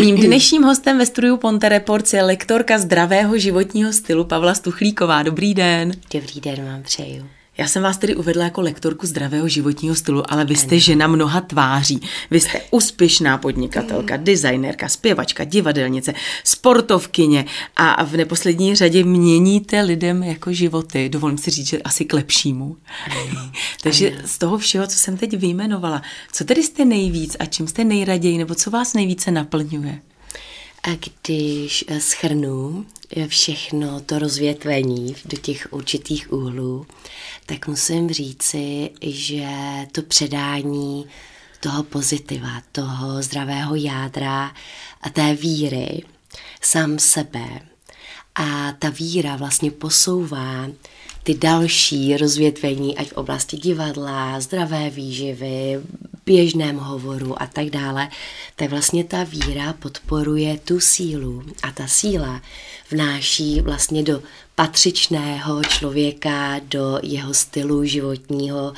Mým dnešním hostem ve studiu Ponte Reports je lektorka zdravého životního stylu Pavla Stuchlíková. Dobrý den. Dobrý den vám přeju. Já jsem vás tedy uvedla jako lektorku zdravého životního stylu, ale vy jste žena mnoha tváří. Vy jste úspěšná podnikatelka, designérka, zpěvačka, divadelnice, sportovkyně a v neposlední řadě měníte lidem jako životy. Dovolím si říct, že asi k lepšímu. Takže z toho všeho, co jsem teď vyjmenovala, co tedy jste nejvíc a čím jste nejraději, nebo co vás nejvíce naplňuje? A když shrnu všechno to rozvětvení do těch určitých úhlů, tak musím říci, že to předání toho pozitiva, toho zdravého jádra a té víry sám sebe. A ta víra vlastně posouvá ty další rozvětvení, ať v oblasti divadla, zdravé výživy, běžném hovoru a tak dále, tak vlastně ta víra podporuje tu sílu a ta síla vnáší vlastně do patřičného člověka, do jeho stylu životního,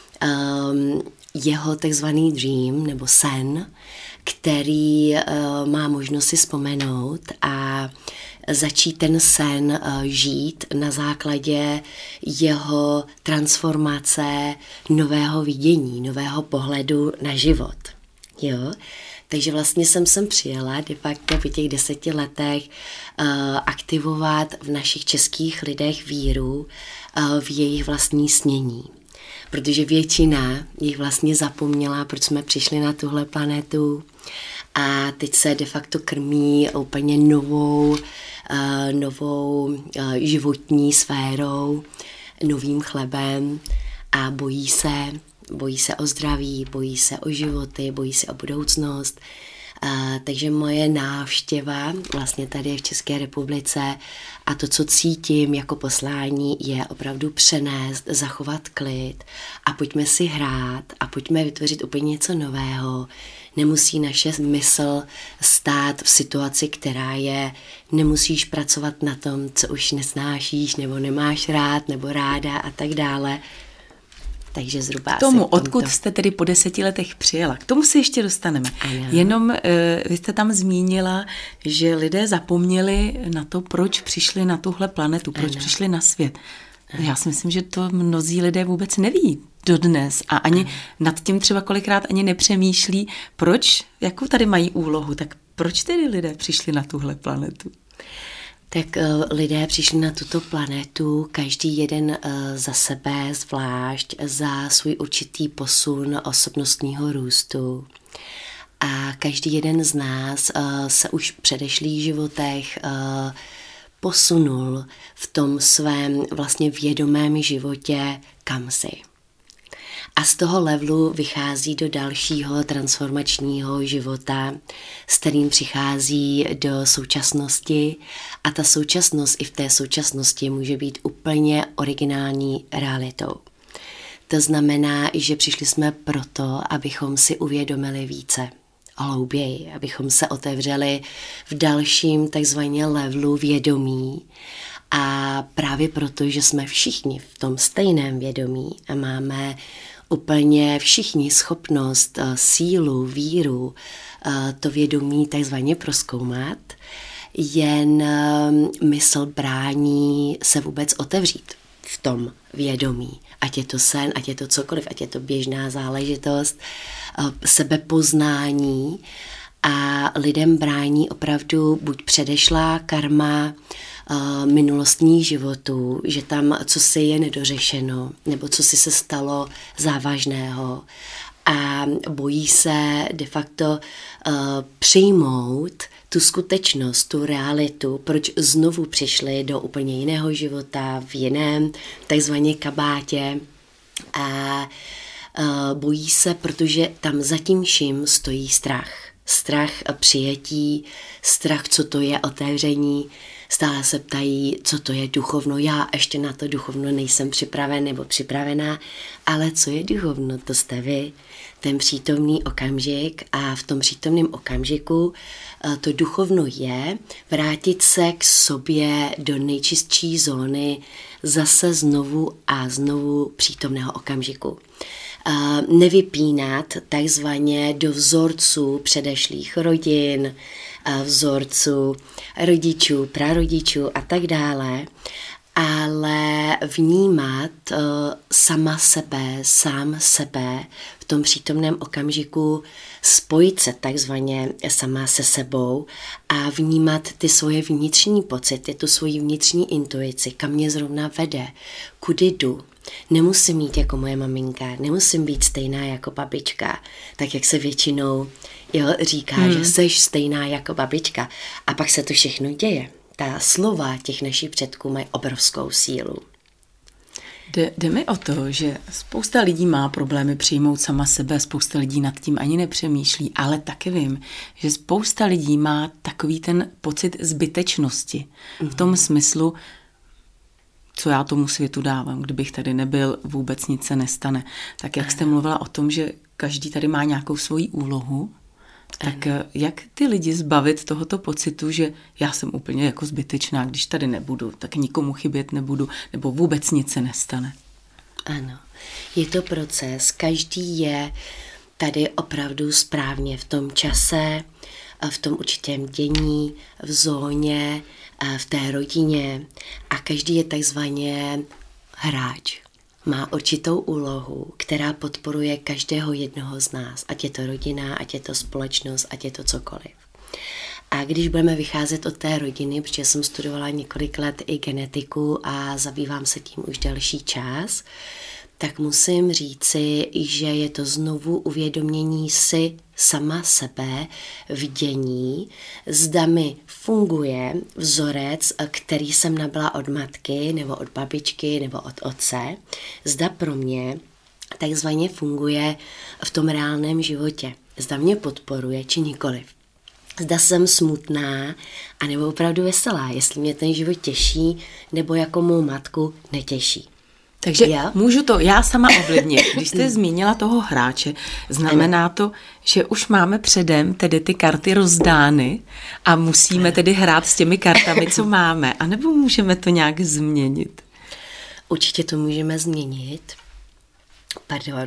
jeho takzvaný dream nebo sen, který má možnost si vzpomenout a začít ten sen žít na základě jeho transformace, nového vidění, nového pohledu na život. Jo? Takže vlastně jsem sem přijela de facto po těch 10 letech aktivovat v našich českých lidech víru v jejich vlastní snění. Protože většina jich vlastně zapomněla, proč jsme přišli na tuhle planetu a teď se de facto krmí úplně novou životní sférou, novým chlebem a bojí se o zdraví, bojí se o životy, bojí se o budoucnost. Takže moje návštěva vlastně tady v České republice a to, co cítím jako poslání, je opravdu přenést, zachovat klid a pojďme si hrát a pojďme vytvořit úplně něco nového. Nemusí naše mysl stát v situaci, která je, nemusíš pracovat na tom, co už nesnášíš nebo nemáš rád nebo ráda a tak dále. Takže zhruba k tomu, odkud jste tedy po 10 letech přijela, k tomu se ještě dostaneme. Ano. Jenom vy jste tam zmínila, že lidé zapomněli na to, proč přišli na tuhle planetu, proč přišli na svět. Já si myslím, že to mnozí lidé vůbec neví dodnes a ani nad tím třeba kolikrát ani nepřemýšlí, proč, jakou tady mají úlohu, tak proč tedy lidé přišli na tuhle planetu? Tak lidé přišli na tuto planetu, každý jeden za sebe, zvlášť za svůj určitý posun osobnostního růstu. A každý jeden z nás se už v předešlých životech posunul v tom svém vlastně vědomém životě kamsi. A z toho levelu vychází do dalšího transformačního života, s kterým přichází do současnosti a ta současnost i v té současnosti může být úplně originální realitou. To znamená, že přišli jsme proto, abychom si uvědomili více, hlouběji, abychom se otevřeli v dalším takzvaně levelu vědomí. A právě proto, že jsme všichni v tom stejném vědomí a máme úplně všichni schopnost, sílu, víru, to vědomí takzvaně prozkoumat, jen mysl brání se vůbec otevřít v tom vědomí. Ať je to sen, ať je to cokoliv, ať je to běžná záležitost, sebepoznání a lidem brání opravdu buď předešlá karma, minulostních životů, že tam cosi je nedořešeno, nebo cosi se stalo závažného a bojí se de facto přijmout tu skutečnost, tu realitu, proč znovu přišli do úplně jiného života, v jiném takzvaně kabátě a bojí se, protože tam za tím vším stojí strach. Strach přijetí, strach, co to je otevření, stále se ptají, co to je duchovno. Já ještě na to duchovno nejsem připraven nebo připravená, ale co je duchovno, to jste vy, ten přítomný okamžik a v tom přítomném okamžiku to duchovno je vrátit se k sobě do nejčistší zóny zase znovu a znovu přítomného okamžiku. nevypínat takzvaně do vzorců předešlých rodin, vzorců rodičů, prarodičů a tak dále, ale vnímat sám sebe v tom přítomném okamžiku, spojit se takzvaně sama se sebou a vnímat ty svoje vnitřní pocity, tu svoji vnitřní intuici, kam mě zrovna vede, kudy jdu. Nemusím mít jako moje maminka, nemusím být stejná jako babička, tak jak se většinou říká, že seš stejná jako babička a pak se to všechno děje. Ta slova těch našich předků mají obrovskou sílu. Jde mi o to, že spousta lidí má problémy přijmout sama sebe, spousta lidí nad tím ani nepřemýšlí, ale taky vím, že spousta lidí má takový ten pocit zbytečnosti. V tom smyslu, co já tomu světu dávám, kdybych tady nebyl, vůbec nic se nestane. Tak jak jste mluvila o tom, že každý tady má nějakou svoji úlohu, tak jak ty lidi zbavit tohoto pocitu, že já jsem úplně jako zbytečná, když tady nebudu, tak nikomu chybět nebudu, nebo vůbec nic se nestane? Ano, je to proces, každý je tady opravdu správně v tom čase, v tom určitém dění, v zóně, v té rodině a každý je takzvaně hráč. Má určitou úlohu, která podporuje každého jednoho z nás, ať je to rodina, ať je to společnost, ať je to cokoliv. A když budeme vycházet od té rodiny, protože jsem studovala několik let i genetiku a zabývám se tím už delší čas, tak musím říci, že je to znovu uvědomění si sama sebe v dění, zda mi funguje vzorec, který jsem nabyla od matky, nebo od babičky, nebo od otce, zda pro mě takzvaně funguje v tom reálném životě, zda mě podporuje, či nikoliv. Zda jsem smutná, anebo opravdu veselá, jestli mě ten život těší, nebo jako mou matku netěší. Takže můžu to já sama ovlivnit. Když jste zmínila toho hráče, znamená to, že už máme předem tedy ty karty rozdány a musíme tedy hrát s těmi kartami, co máme, anebo můžeme to nějak změnit? Určitě to můžeme změnit. Pardon.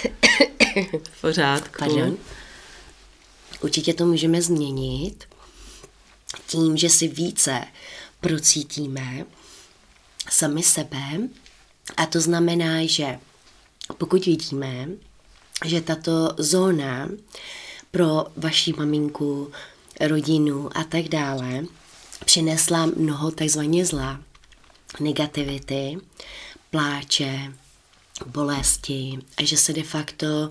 V pořádku. Pardon. Určitě to můžeme změnit tím, že si více procítíme sami sebe. A to znamená, že pokud vidíme, že tato zóna pro vaši maminku, rodinu a tak dále přinesla mnoho takzvaně zla, negativity, pláče, bolesti a že se de facto,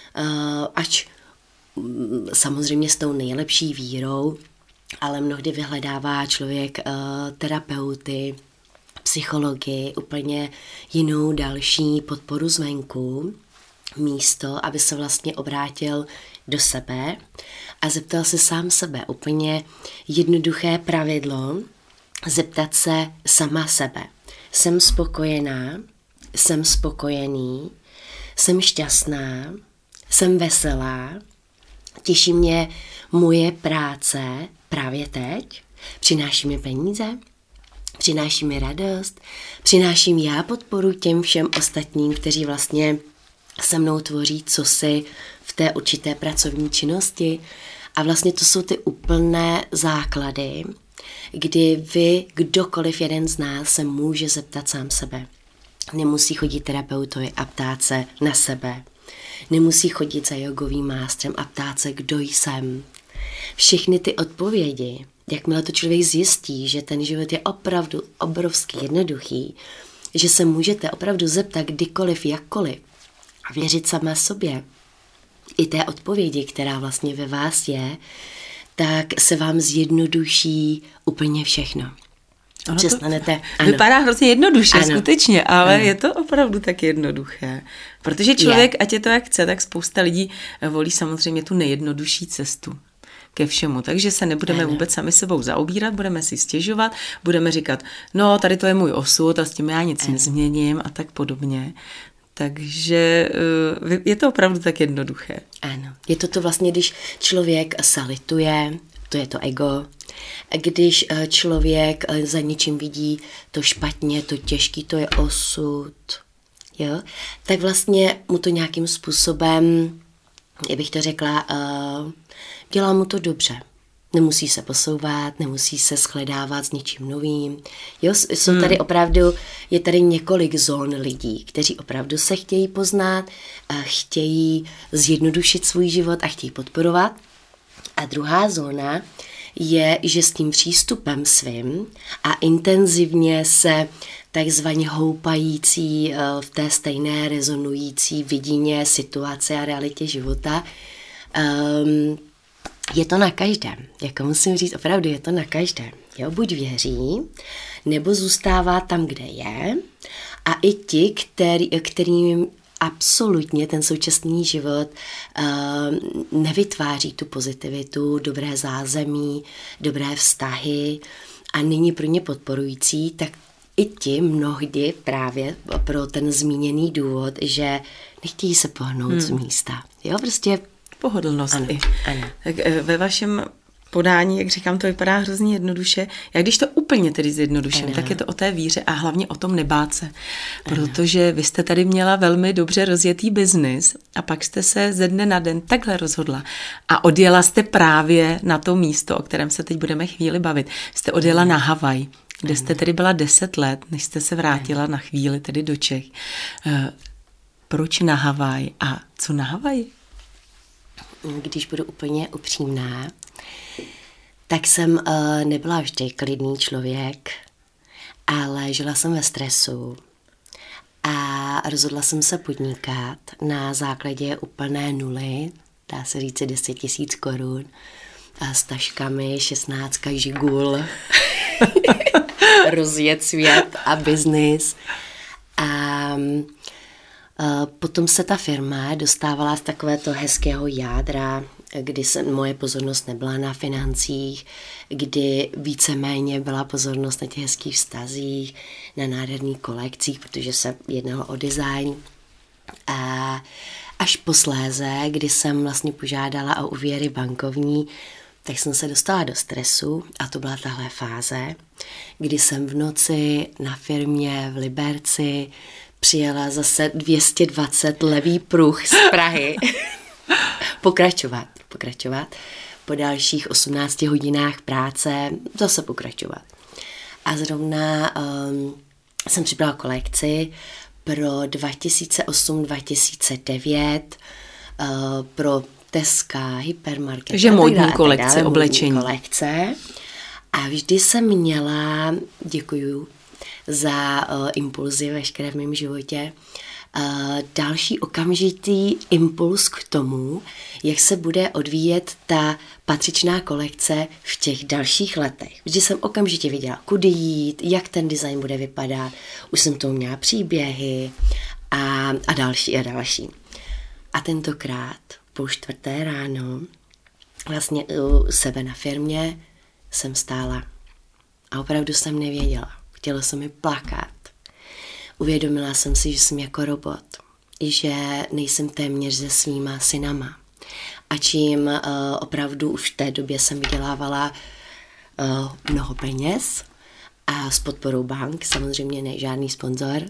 ač samozřejmě s tou nejlepší vírou, ale mnohdy vyhledává člověk terapeuty, psychologii, úplně jinou další podporu zvenku, místo, aby se vlastně obrátil do sebe a zeptal se sám sebe. Úplně jednoduché pravidlo, zeptat se sama sebe. Jsem spokojená, jsem spokojený, jsem šťastná, jsem veselá, těší mě moje práce právě teď, přináší mi peníze, přináší mi radost, přináším já podporu těm všem ostatním, kteří vlastně se mnou tvoří cosi v té určité pracovní činnosti. A vlastně to jsou ty úplné základy, kdy vy, kdokoliv jeden z nás, se může zeptat sám sebe. Nemusí chodit terapeutovi a ptát se na sebe. Nemusí chodit za jogovým mástrem a ptát se, kdo jsem. Všechny ty odpovědi, jakmile to člověk zjistí, že ten život je opravdu obrovský jednoduchý, že se můžete opravdu zeptat kdykoliv, jakkoliv a věřit sama sobě, i té odpovědi, která vlastně ve vás je, tak se vám zjednoduší úplně všechno. Přestanete. Vypadá hrozně jednoduše, skutečně, ale je to opravdu tak jednoduché. Protože člověk, ať je to jak chce, tak spousta lidí volí samozřejmě tu nejjednodušší cestu ke všemu. Takže se nebudeme vůbec sami sebou zaobírat, budeme si stěžovat, budeme říkat, no tady to je můj osud a s tím já nic nezměním a tak podobně. Takže je to opravdu tak jednoduché. Ano. Je to vlastně, když člověk se lituje, to je to ego. Když člověk za něčím vidí to špatně, to těžký, to je osud. jo, tak vlastně mu to nějakým způsobem, jak bych to řekla, dělá mu to dobře. Nemusí se posouvat, nemusí se shledávat s ničím novým. Jo, jsou tady opravdu, je tady několik zón lidí, kteří opravdu se chtějí poznat, chtějí zjednodušit svůj život a chtějí podporovat. A druhá zóna je, že s tím přístupem svým a intenzivně se takzvaně houpající v té stejné rezonující vidině situace a realitě života, je to na každém. Jako musím říct, opravdu je to na každém. Jo, buď věří, nebo zůstává tam, kde je. A i ti, kterým absolutně ten současný život nevytváří tu pozitivitu, dobré zázemí, dobré vztahy a není pro ně podporující, tak i ti mnohdy právě pro ten zmíněný důvod, že nechtějí se pohnout z místa. Jo, prostě pohodlnost. Ano, i. ano. Tak ve vašem podání, jak říkám, to vypadá hrozně jednoduše. Jak když to úplně tedy zjednoduším, tak je to o té víře a hlavně o tom nebát se. Protože vy jste tady měla velmi dobře rozjetý biznis a pak jste se ze dne na den takhle rozhodla a odjela jste právě na to místo, o kterém se teď budeme chvíli bavit. Jste odjela na Havaj, kde jste tedy byla 10 let, než jste se vrátila na chvíli tedy do Čech. Proč na Havaj a co na Havaji? Když budu úplně upřímná, tak jsem nebyla vždy klidný člověk, ale žila jsem ve stresu a rozhodla jsem se podnikat na základě úplné nuly, dá se říct 10 000 korun, a s taškami 16 žigul, rozjet svět a biznis. A potom se ta firma dostávala z takového hezkého jádra, kdy moje pozornost nebyla na financích, kdy víceméně byla pozornost na těch hezkých vztazích, na nádherných kolekcích, protože se jednalo o design. A až posléze, kdy jsem vlastně požádala o úvěry bankovní, tak jsem se dostala do stresu a to byla tahle fáze, kdy jsem v noci na firmě v Liberci přijela zase 220 levý pruh z Prahy. Pokračovat. Po dalších 18 hodinách práce zase pokračovat. A zrovna jsem připravila kolekci pro 2008-2009 pro Teska, hypermarket. Takže módní kolekce, oblečení. Kolekce. A vždy jsem měla, děkuju za impulzy veškeré v mém životě, další okamžitý impuls k tomu, jak se bude odvíjet ta patřičná kolekce v těch dalších letech. Vždy jsem okamžitě viděla, kudy jít, jak ten design bude vypadat, už jsem tomu měla příběhy a další a další. A tentokrát po 4:00 ráno vlastně u sebe na firmě jsem stála a opravdu jsem nevěděla. Chtěla se mi plakat. Uvědomila jsem si, že jsem jako robot, že nejsem téměř se svýma synama. A čím opravdu už v té době jsem vydělávala mnoho peněz a s podporou bank, samozřejmě ne žádný sponzor.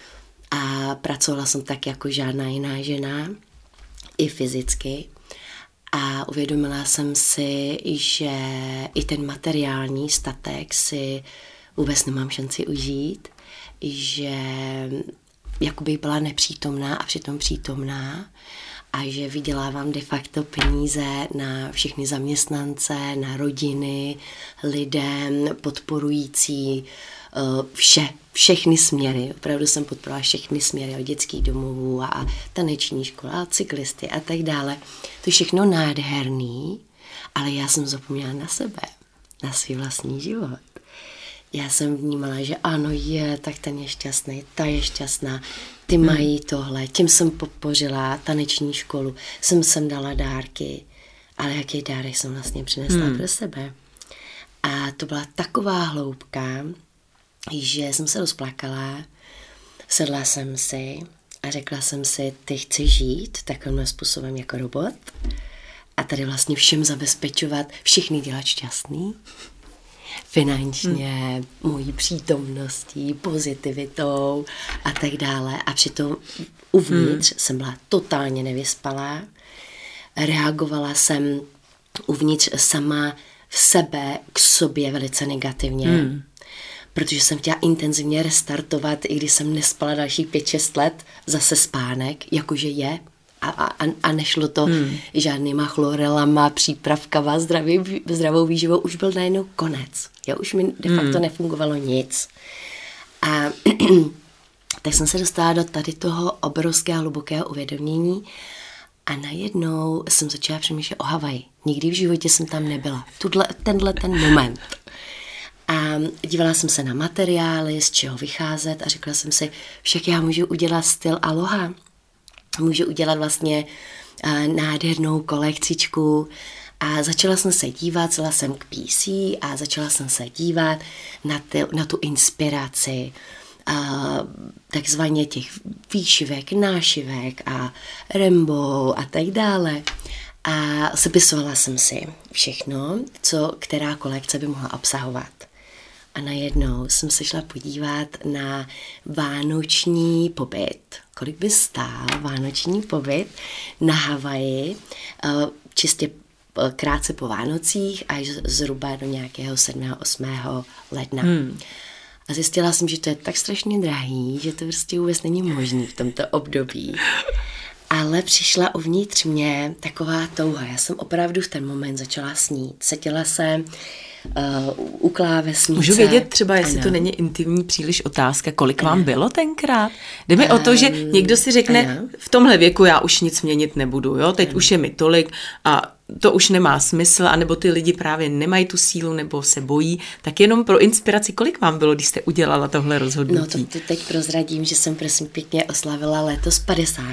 A pracovala jsem tak jako žádná jiná žena, i fyzicky. A uvědomila jsem si, že i ten materiální statek si vůbec nemám šanci užít, že jakoby byla nepřítomná a přitom přítomná a že vydělávám de facto peníze na všechny zaměstnance, na rodiny, lidem podporující všechny směry. Opravdu jsem podporovala všechny směry od dětských domovů a taneční škola a cyklisty a tak dále. To je všechno nádherný, ale já jsem zapomněla na sebe, na svůj vlastní život. Já jsem vnímala, že ano, tak ten je šťastný, ta je šťastná, ty mají tohle, tím jsem podpořila taneční školu, jsem dala dárky, ale jaký dárek jsem vlastně přinesla pro sebe. A to byla taková hloubka, že jsem se rozplakala, sedla jsem si a řekla jsem si, ty chci žít takovým způsobem jako robot a tady vlastně všem zabezpečovat, všechny dělat šťastný. finančně, mojí přítomností, pozitivitou a tak dále. A přitom uvnitř jsem byla totálně nevyspalá. Reagovala jsem uvnitř sama v sebe k sobě velice negativně. Protože jsem chtěla intenzivně restartovat, i když jsem nespala dalších 5-6 let, zase spánek, jakože je. A nešlo to žádnýma chlorelama, přípravkama, zdravou výživou, už byl najednou konec. Jo, už mi de facto nefungovalo nic. A tak jsem se dostala do tady toho obrovského hlubokého uvědomění a najednou jsem začala přemýšlet o Havaji. Nikdy v životě jsem tam nebyla. Tenhle moment. A dívala jsem se na materiály, z čeho vycházet a řekla jsem si, však já můžu udělat styl Aloha. Můžu udělat vlastně nádhernou kolekcičku a začala jsem se dívat, šla jsem k PC a začala jsem se dívat na tu inspiraci takzvaně těch výšivek, nášivek a Rambo a tak dále. A sepisovala jsem si všechno, která kolekce by mohla obsahovat. A najednou jsem se šla podívat na vánoční pobyt. Kolik by stál vánoční pobyt na Havaji, čistě krátce po Vánocích až zhruba do nějakého 7. 8. ledna. A zjistila jsem, že to je tak strašně drahý, že to prostě vůbec není možný v tomto období. Ale přišla uvnitř mě taková touha. Já jsem opravdu v ten moment začala snít. Seděla jsem u klávesnice. Můžu vědět třeba, jestli to není intimní příliš otázka, kolik vám bylo tenkrát? Jde mi o to, že někdo si řekne, v tomhle věku já už nic měnit nebudu, jo? Teď už je mi tolik a to už nemá smysl, anebo ty lidi právě nemají tu sílu nebo se bojí, tak jenom pro inspiraci, kolik vám bylo, když jste udělala tohle rozhodnutí? No to teď prozradím, že jsem prosím pěkně oslavila letos 50,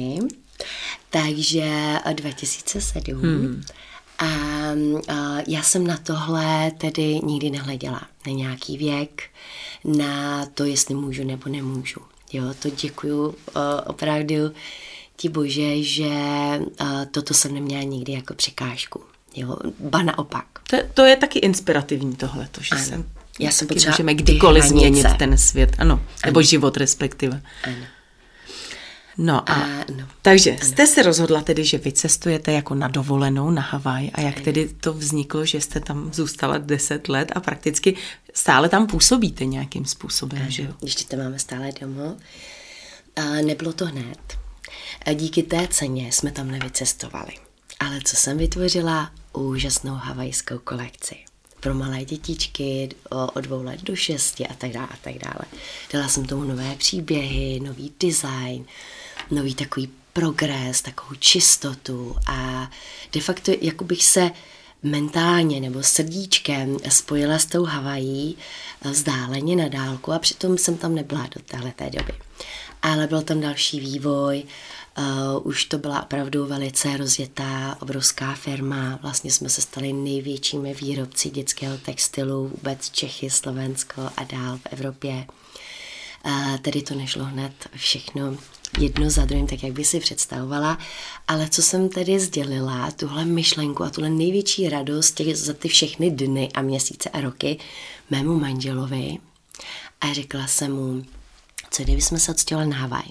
takže 2007. A já jsem na tohle tedy nikdy nehleděla, na nějaký věk, na to, jestli můžu nebo nemůžu. Jo, to děkuju opravdu ti bože, že toto jsem neměla nikdy jako překážku. Jo, ba naopak. To je taky inspirativní tohleto, že já jsem můžeme kdykoliv změnit ten svět, ano, nebo život respektive. Ano. No a takže jste se rozhodla tedy, že vycestujete jako na dovolenou na Havaj a jak tedy to vzniklo, že jste tam zůstala 10 let a prakticky stále tam působíte nějakým způsobem, že jo? Ještě to máme stále domů. Nebylo to hned. Díky té ceně jsme tam nevycestovali. Ale co jsem vytvořila? Úžasnou havajskou kolekci. Pro malé dětičky od 2 let do 6 a tak dále a tak dále. Dala jsem tomu nové příběhy, nový design, nový takový progres, takovou čistotu a de facto jako bych se mentálně nebo srdíčkem spojila s tou Havají vzdáleně na dálku a přitom jsem tam nebyla do téhleté doby. Ale byl tam další vývoj, už to byla opravdu velice rozjetá, obrovská firma. Vlastně jsme se stali největšími výrobci dětského textilu, vůbec Čechy, Slovensko a dál v Evropě. Tedy to nešlo hned všechno jedno za druhým, tak jak by si představovala. Ale co jsem tedy sdělila, tuhle myšlenku a tuhle největší radost za ty všechny dny a měsíce a roky mému manželovi a řekla jsem mu, co kdyby jsme se odstěhovali na Havaj.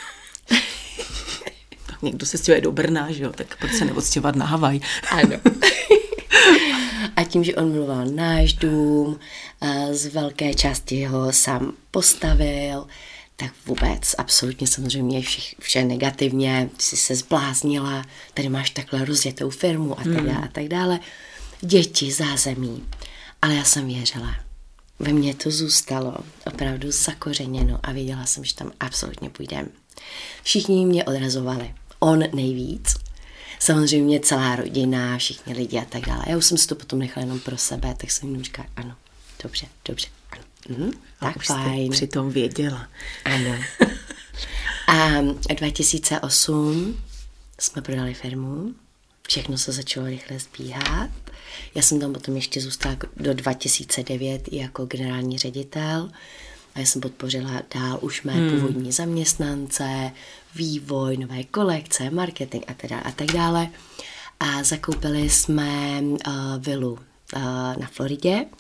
Někdo se stěhuje do Brna, že jo, tak proč se neodstěhovat na Havaj? Ano. A tím, že on miloval náš dům, z velké části ho sám postavil, tak vůbec absolutně samozřejmě vše negativně, jsi se zbláznila, tady máš takhle rozjetou firmu a tak dále. Děti, zázemí. Ale já jsem věřila. Ve mně to zůstalo opravdu zakořeněno a věděla jsem, že tam absolutně půjdem. Všichni mě odrazovali. On nejvíc. Samozřejmě celá rodina, všichni lidi a tak dále. Já už jsem si to potom nechala jenom pro sebe, tak jsem jim říkala, ano, dobře, ano. Tak už fajn. Jste přitom věděla. Ano. A 2008 jsme prodali firmu, všechno se začalo rychle zbíhat. Já jsem tam potom ještě zůstala do 2009 jako generální ředitel a já jsem podpořila dál už mé původní zaměstnance, vývoj, nové kolekce, marketing a tak dále. A zakoupili jsme vilu na Floridě,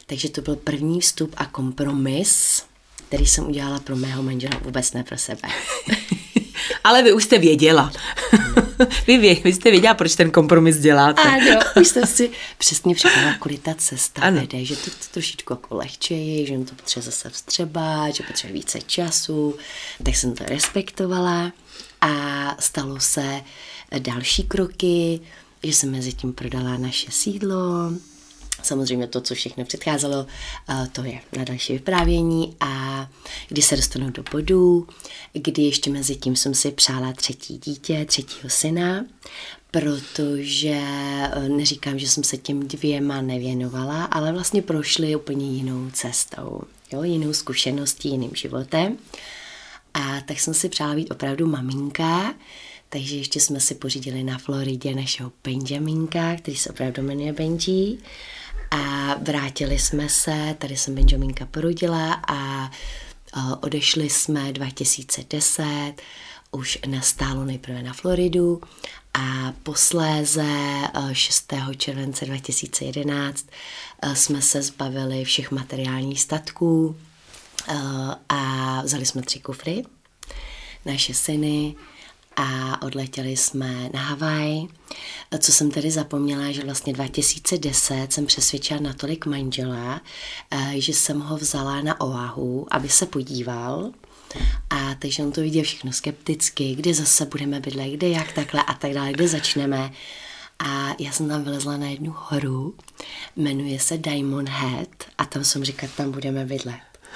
Takže to byl první vstup a kompromis, který jsem udělala pro mého manžela, vůbec ne pro sebe. Ale vy už jste věděla. Vy jste věděla, proč ten kompromis děláte. Ano, už jsem si přesně připravila, kudy ta cesta vede, že to trošičku jako lehčeji, že mi to potřebuje zase vstřebat, že potřebuje více času, tak jsem to respektovala a stalo se další kroky, že jsem mezi tím prodala naše sídlo. Samozřejmě to, co všechno předcházelo, to je na další vyprávění a kdy se dostanu do bodu, kdy ještě mezi tím jsem si přála třetí dítě, třetího syna, protože neříkám, že jsem se těm 2 nevěnovala, ale vlastně prošly úplně jinou cestou, jo, jinou zkušeností, jiným životem. A tak jsem si přála být opravdu maminka, takže ještě jsme si pořídili na Floridě našeho Benjaminka, který se opravdu jmenuje Benji. A vrátili jsme se, tady jsem Benjaminka porodila a odešli jsme 2010, už nastálo nejprve na Floridu a posléze 6. července 2011 jsme se zbavili všech materiálních statků a vzali jsme 3 kufry, naše syny, a odletěli jsme na Havaj. Co jsem tady zapomněla, že vlastně 2010 jsem přesvědčila natolik manžela, že jsem ho vzala na Oahu, aby se podíval. A takže on to viděl všechno skepticky, kde zase budeme bydlet, kde jak takhle a tak dále, kde začneme. A já jsem tam vylezla na jednu horu, jmenuje se Diamond Head a tam jsem říkala, tam budeme bydlet.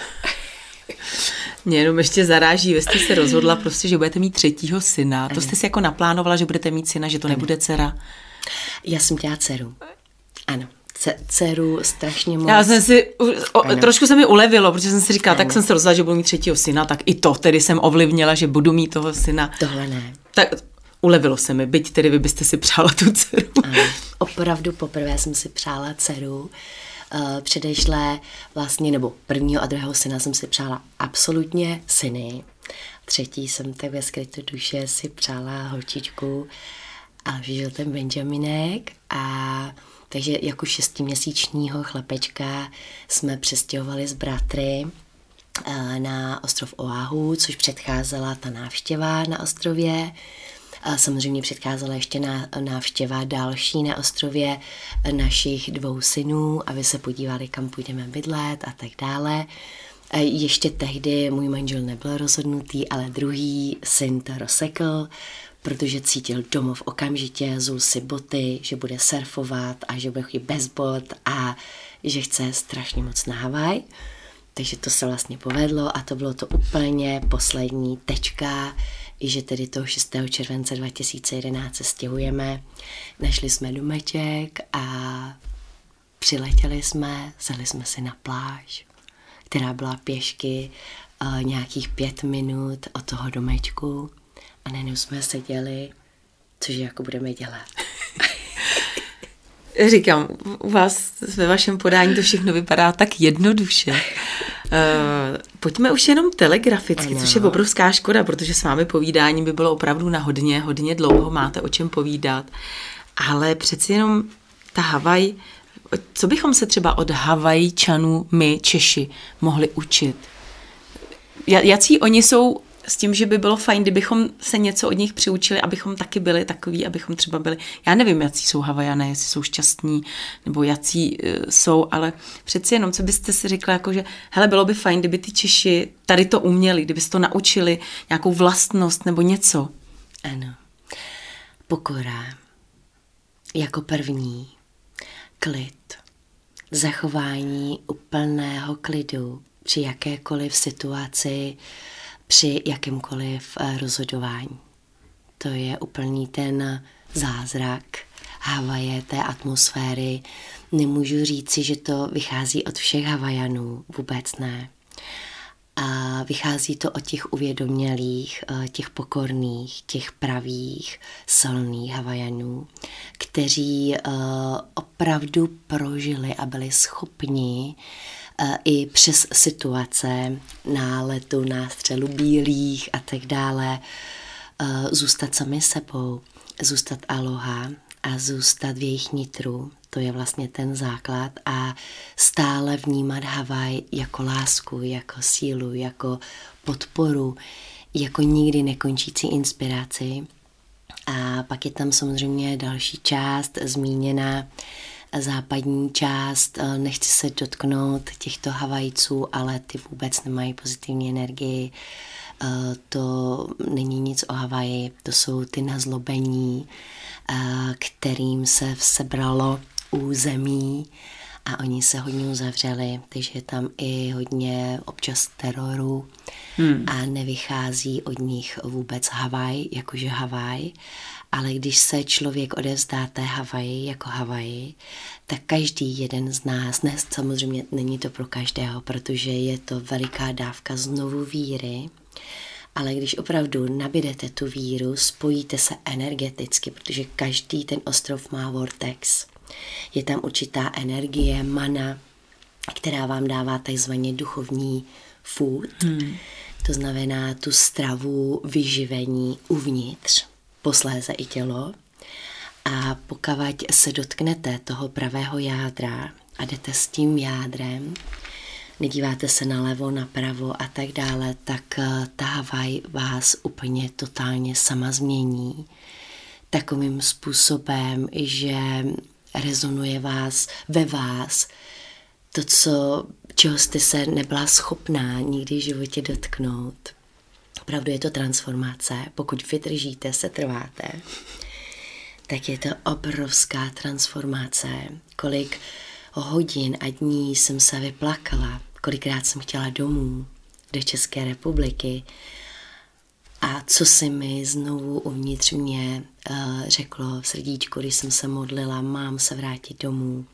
Mě jenom ještě zaráží, vy jste se rozhodla prostě, že budete mít 3. syna. To jste si jako naplánovala, že budete mít syna, že to nebude dcera? Já jsem chtěla dceru. Ano. Dceru strašně moc. Já jsem si, trošku se mi ulevilo, protože jsem si říkala, tak jsem se rozhodla, že budu mít 3. syna, tak i to tedy jsem ovlivnila, že budu mít toho syna. Tohle ne. Tak ulevilo se mi, byť tedy vy byste si přála tu dceru. Ano. Opravdu poprvé jsem si přála dceru. Předešlé vlastně, nebo 1. a 2. syna jsem si přála absolutně syny. 3. jsem tak ve skrytu duše si přála holčičku, ale žil ten Benjaminek a takže jako 6měsíčního chlapečka jsme přestěhovali s bratry na ostrov Oahu, což předcházela ta návštěva na ostrově. A samozřejmě předcházela ještě návštěva další na ostrově našich 2 synů, aby se podívali, kam půjdeme bydlet a tak dále. Ještě tehdy můj manžel nebyl rozhodnutý, ale druhý syn to rozsekl, protože cítil domov okamžitě, zul si boty, že bude surfovat a že bude chodit bez bot a že chce strašně moc na Havaj. Takže to se vlastně povedlo a to bylo to úplně poslední tečka, i že tedy toho 6. července 2011 se stěhujeme. Našli jsme domeček a přiletěli jsme, vzali jsme si na pláž, která byla pěšky nějakých 5 minut od toho domečku a najednou jsme seděli, což jako budeme dělat. Říkám, u vás ve vašem podání to všechno vypadá tak jednoduše. Pojďme už jenom telegraficky, což je obrovská škoda, protože s vámi povídání by bylo opravdu na hodně dlouho, máte o čem povídat. Ale přeci jenom ta Havaj, co bychom se třeba od Havajčanů my, Češi, mohli učit? Jací oni jsou s tím, že by bylo fajn, kdybychom se něco od nich přiučili, abychom taky byli takový, abychom třeba byli, já nevím, jací jsou Havajané, jestli jsou šťastní, nebo jací jsou, ale přeci jenom, co byste si řekla, jako že hele, bylo by fajn, kdyby ty Češi tady to uměli, kdyby se to naučili, nějakou vlastnost nebo něco. Ano. Pokora. Jako první. Klid. Zachování úplného klidu při jakékoliv situaci, při jakémkoliv rozhodování. To je úplný ten zázrak Havaje, té atmosféry. Nemůžu říci, že to vychází od všech Havajanů, vůbec ne. A vychází to od těch uvědomělých, těch pokorných, těch pravých, silných Havajanů, kteří opravdu prožili a byli schopni i přes situace, náletu, nástřelu bílých a tak dále, zůstat sami sebou, zůstat aloha a zůstat v jejich nitru To je vlastně ten základ a stále vnímat Havaj jako lásku, jako sílu, jako podporu, jako nikdy nekončící inspiraci. A pak je tam samozřejmě další část zmíněná, západní část. Nechci se dotknout těchto Havajců, ale ty vůbec nemají pozitivní energii. To není nic o Havaji, to jsou ty nazlobení, kterým se sebralo území a oni se hodně uzavřeli, takže je tam i hodně občas teroru a nevychází od nich vůbec Havaj, jakože Havaj, ale když se člověk odevzdá té Havaji jako Havaji, tak každý jeden z nás, ne, samozřejmě není to pro každého, protože je to veliká dávka znovu víry, ale když opravdu nabídete tu víru, spojíte se energeticky, protože každý ten ostrov má vortex. Je tam určitá energie, mana, která vám dává takzvaně duchovní food, to znamená tu stravu vyživení uvnitř, posléze i tělo. A pokud se dotknete toho pravého jádra a jdete s tím jádrem, nedíváte se nalevo, napravo a tak dále, tak ta Havaj vás úplně totálně sama změní. Takovým způsobem, že rezonuje ve vás to, čeho jste se nebyla schopná nikdy v životě dotknout. Opravdu je to transformace. Pokud vydržíte, se trváte, tak je to obrovská transformace. Kolik hodin a dní jsem se vyplakala, kolikrát jsem chtěla domů do České republiky a co se mi znovu uvnitř mě řeklo v srdíčku, když jsem se modlila, mám se vrátit domů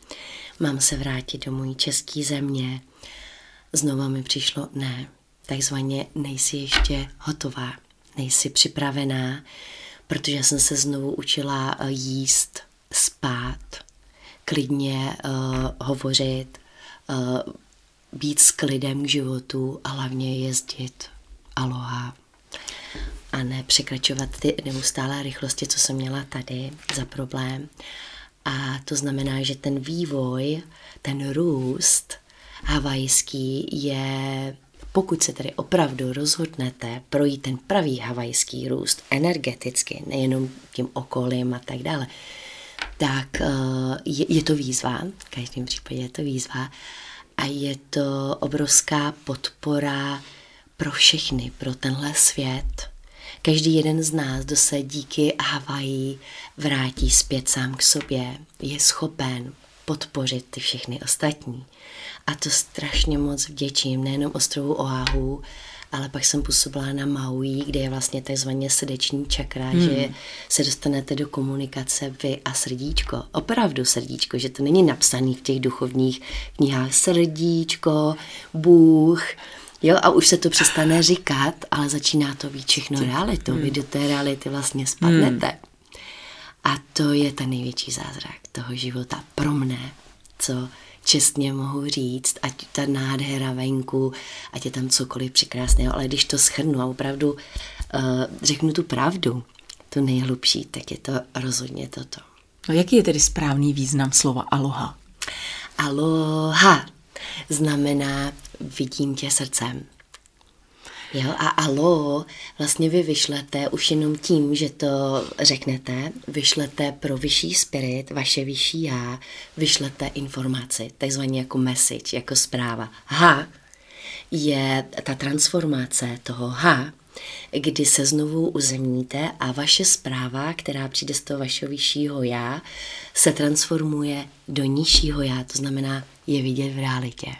do mojí české země. Znova mi přišlo ne, takzvaně nejsi ještě hotová, nejsi připravená, protože jsem se znovu učila jíst, spát, klidně hovořit, být s klidem k životu a hlavně jezdit aloha a ne překračovat ty neustálé rychlosti, co jsem měla tady za problém. A to znamená, že ten vývoj, ten růst havajský je, pokud se tedy opravdu rozhodnete projít ten pravý havajský růst energeticky, nejenom tím okolím a tak dále, tak je to výzva, v každém případě je to výzva a je to obrovská podpora pro všechny, pro tenhle svět. Každý jeden z nás, kdo se díky Havaji vrátí zpět sám k sobě, je schopen podpořit ty všechny ostatní. A to strašně moc vděčím, nejenom ostrovu Oahu, ale pak jsem působila na Maui, kde je vlastně takzvaně srdeční čakra, že se dostanete do komunikace vy a srdíčko. Opravdu srdíčko, že to není napsaný v těch duchovních knihách srdíčko, Bůh, jo, a už se to přestane říkat, ale začíná to být všechno realitou. Vy do té reality vlastně spadnete. A to je ten největší zázrak toho života pro mne, co čestně mohu říct, ať ta nádhera venku, ať je tam cokoliv překrásného, ale když to shrnu a opravdu řeknu tu pravdu, tu nejhlubší, tak je to rozhodně toto. No, jaký je tedy správný význam slova aloha? Aloha znamená vidím tě srdcem. Jo, a alo vlastně vy vyšlete už jenom tím, že to řeknete, vyšlete pro vyšší spirit, vaše vyšší já, vyšlete informaci, takzvaně jako message, jako zpráva. Ha je ta transformace toho ha, kdy se znovu uzemníte a vaše zpráva, která přijde z toho vašeho vyššího já, se transformuje do nižšího já, to znamená je vidět v realitě.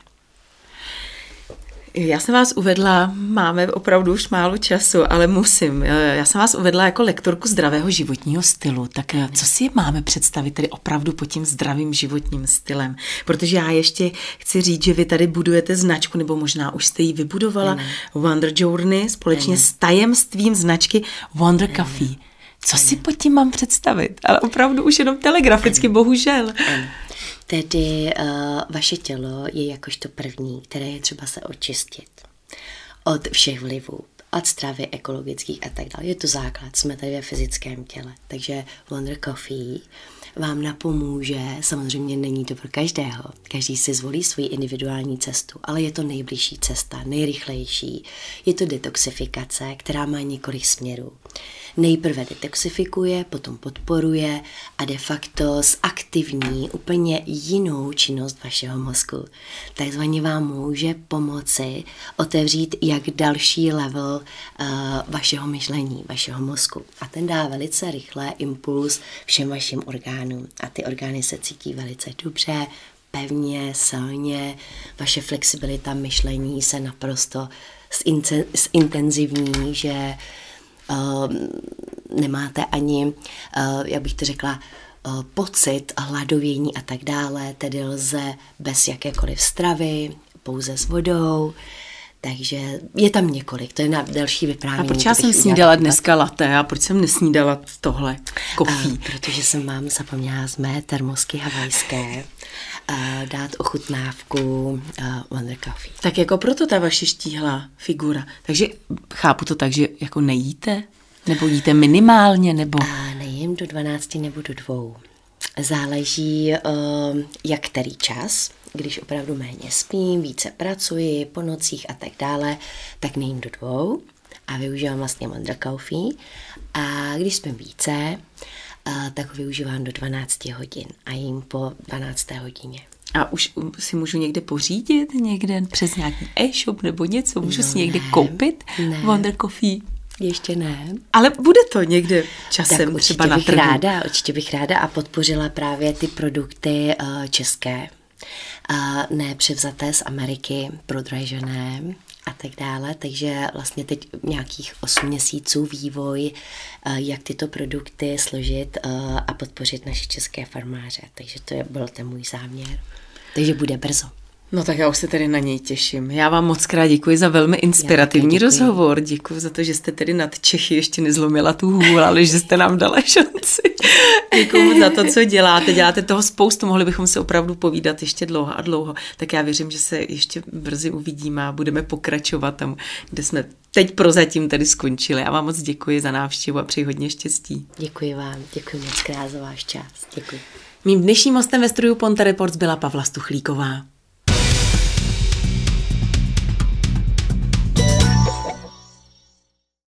Já jsem vás uvedla, máme opravdu už málo času, ale musím. Já jsem vás uvedla jako lektorku zdravého životního stylu. Tak co si máme představit tedy opravdu pod tím zdravým životním stylem? Protože já ještě chci říct, že vy tady budujete značku, nebo možná už jste ji vybudovala, Wonder Journey, společně s tajemstvím značky Wonder Coffee. Co si pod tím mám představit? Ale opravdu už jenom telegraficky, bohužel. Tedy vaše tělo je jakožto první, které je třeba se očistit od všech vlivů, od stravy ekologických a tak dále. Je to základ, jsme tady ve fyzickém těle. Takže Wonder Coffee vám napomůže. Samozřejmě není to pro každého. Každý si zvolí svoji individuální cestu, ale je to nejbližší cesta, nejrychlejší. Je to detoxifikace, která má několik směrů. Nejprve detoxifikuje, potom podporuje a de facto zaktivní úplně jinou činnost vašeho mozku. Takzvaně vám může pomoci otevřít jak další level vašeho myšlení, vašeho mozku. A ten dá velice rychle impuls všem vašim orgánům. A ty orgány se cítí velice dobře, pevně, silně, vaše flexibilita myšlení se naprosto zintenzivní, že nemáte ani, jak bych to řekla, pocit hladovění a tak dále, tedy lze bez jakékoliv stravy, pouze s vodou, takže je tam několik, to je na další vyprávění. A proč já jsem snídala dneska latte a proč jsem nesnídala tohle kofí? Protože jsem vám zapomněla z mé termosky havajské dát ochutnávku Wonder Coffee. Tak jako proto ta vaše štíhlá figura. Takže chápu to tak, že jako nejíte? Nebo jíte minimálně? Nebo... Nejím do 12 nebo do 2. Záleží, jak který čas. Když opravdu méně spím, více pracuji, po nocích a tak dále, tak nejím do 2 a využívám vlastně Wonder Coffee. A když spím více, tak ho využívám do 12 hodin a jím po 12. hodině. A už si můžu někde pořídit, někde přes nějaký e-shop nebo něco? Můžu si někde koupit Wonder Coffee? Ještě ne. Ale bude to někde časem tak třeba na trhu. Určitě bych ráda a podpořila právě ty produkty české. Ne převzaté z Ameriky, prodražené a tak dále. Takže vlastně teď nějakých 8 měsíců vývoj, jak tyto produkty složit a podpořit naše české farmáře. Takže to byl ten můj záměr. Takže bude brzo. No tak já už se tedy na něj těším. Já vám moc krát děkuji za velmi inspirativní rozhovor. Děkuji za to, že jste tedy nad Čechy ještě nezlomila tu hůl, ale že jste nám dala šanci. Děkuji za to, co děláte. Děláte toho spoustu, mohli bychom se opravdu povídat ještě dlouho a dlouho. Tak já věřím, že se ještě brzy uvidíme a budeme pokračovat tam, kde jsme teď prozatím tedy skončili. Já vám moc děkuji za návštěvu a přeji hodně štěstí. Děkuji vám, děkuji moc krát za váš čas. Děkuji. Mým dnešním hostem ve studiu Ponte Reports byla Pavla Stuchlíková.